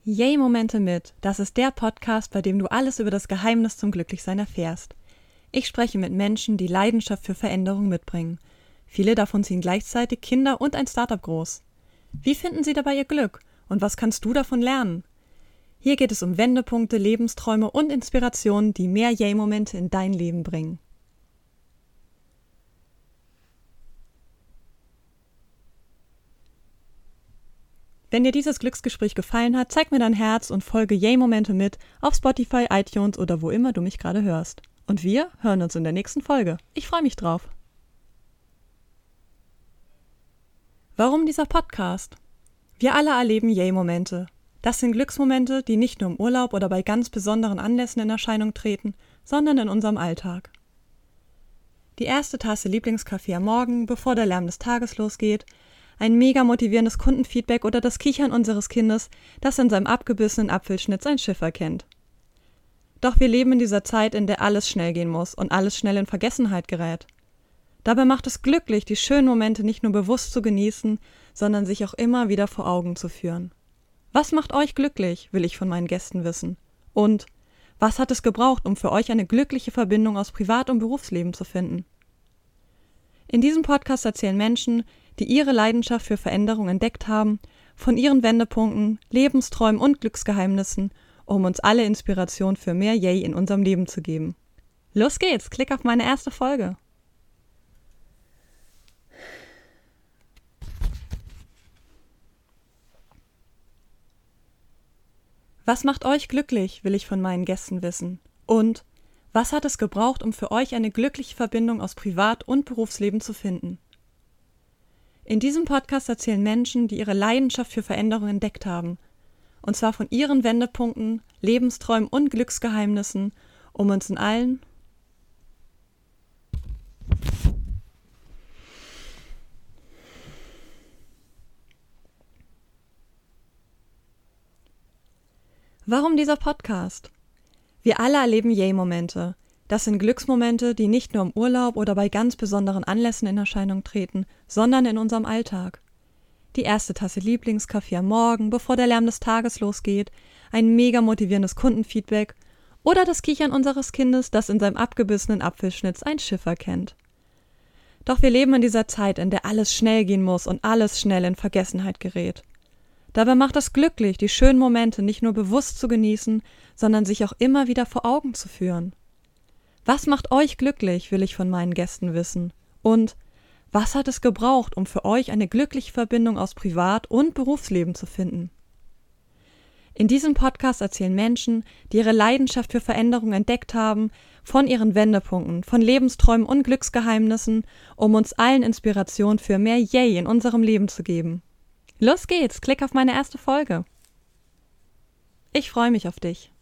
Yay Momente mit, das ist der Podcast, bei dem du alles über das Geheimnis zum Glücklichsein erfährst. Ich spreche mit Menschen, die Leidenschaft für Veränderung mitbringen. Viele davon ziehen gleichzeitig Kinder und ein Startup groß. Wie finden sie dabei ihr Glück und was kannst du davon lernen? Hier geht es um Wendepunkte, Lebensträume und Inspirationen, die mehr Yay-Momente in dein Leben bringen. Wenn dir dieses Glücksgespräch gefallen hat, zeig mir dein Herz und folge Yay-Momente mit auf Spotify, iTunes oder wo immer du mich gerade hörst. Und wir hören uns in der nächsten Folge. Ich freue mich drauf. Warum dieser Podcast? Wir alle erleben Yay-Momente. Das sind Glücksmomente, die nicht nur im Urlaub oder bei ganz besonderen Anlässen in Erscheinung treten, sondern in unserem Alltag. Die erste Tasse Lieblingskaffee am Morgen, bevor der Lärm des Tages losgeht, ein mega motivierendes Kundenfeedback oder das Kichern unseres Kindes, das in seinem abgebissenen Apfelschnitz ein Schiff erkennt. Doch wir leben in dieser Zeit, in der alles schnell gehen muss und alles schnell in Vergessenheit gerät. Dabei macht es glücklich, die schönen Momente nicht nur bewusst zu genießen, sondern sich auch immer wieder vor Augen zu führen. Was macht euch glücklich, will ich von meinen Gästen wissen. Und was hat es gebraucht, um für euch eine glückliche Verbindung aus Privat- und Berufsleben zu finden? In diesem Podcast erzählen Menschen, die ihre Leidenschaft für Veränderung entdeckt haben, von ihren Wendepunkten, Lebensträumen und Glücksgeheimnissen, um uns alle Inspiration für mehr Yay in unserem Leben zu geben. Los geht's, klick auf meine erste Folge. Was macht euch glücklich, will ich von meinen Gästen wissen. Und was hat es gebraucht, um für euch eine glückliche Verbindung aus Privat- und Berufsleben zu finden? In diesem Podcast erzählen Menschen, die ihre Leidenschaft für Veränderung entdeckt haben. Und zwar von ihren Wendepunkten, Lebensträumen und Glücksgeheimnissen, um uns in allen Warum dieser Podcast? Wir alle erleben Yay-Momente. Das sind Glücksmomente, die nicht nur im Urlaub oder bei ganz besonderen Anlässen in Erscheinung treten, sondern in unserem Alltag. Die erste Tasse Lieblingskaffee am Morgen, bevor der Lärm des Tages losgeht, ein mega motivierendes Kundenfeedback oder das Kichern unseres Kindes, das in seinem abgebissenen Apfelschnitz ein Schiff erkennt. Doch wir leben in dieser Zeit, in der alles schnell gehen muss und alles schnell in Vergessenheit gerät. Dabei macht es glücklich, die schönen Momente nicht nur bewusst zu genießen, sondern sich auch immer wieder vor Augen zu führen. Was macht euch glücklich, will ich von meinen Gästen wissen. Und was hat es gebraucht, um für euch eine glückliche Verbindung aus Privat- und Berufsleben zu finden? In diesem Podcast erzählen Menschen, die ihre Leidenschaft für Veränderung entdeckt haben, von ihren Wendepunkten, von Lebensträumen und Glücksgeheimnissen, um uns allen Inspiration für mehr Yay in unserem Leben zu geben. Los geht's, klick auf meine erste Folge. Ich freue mich auf dich.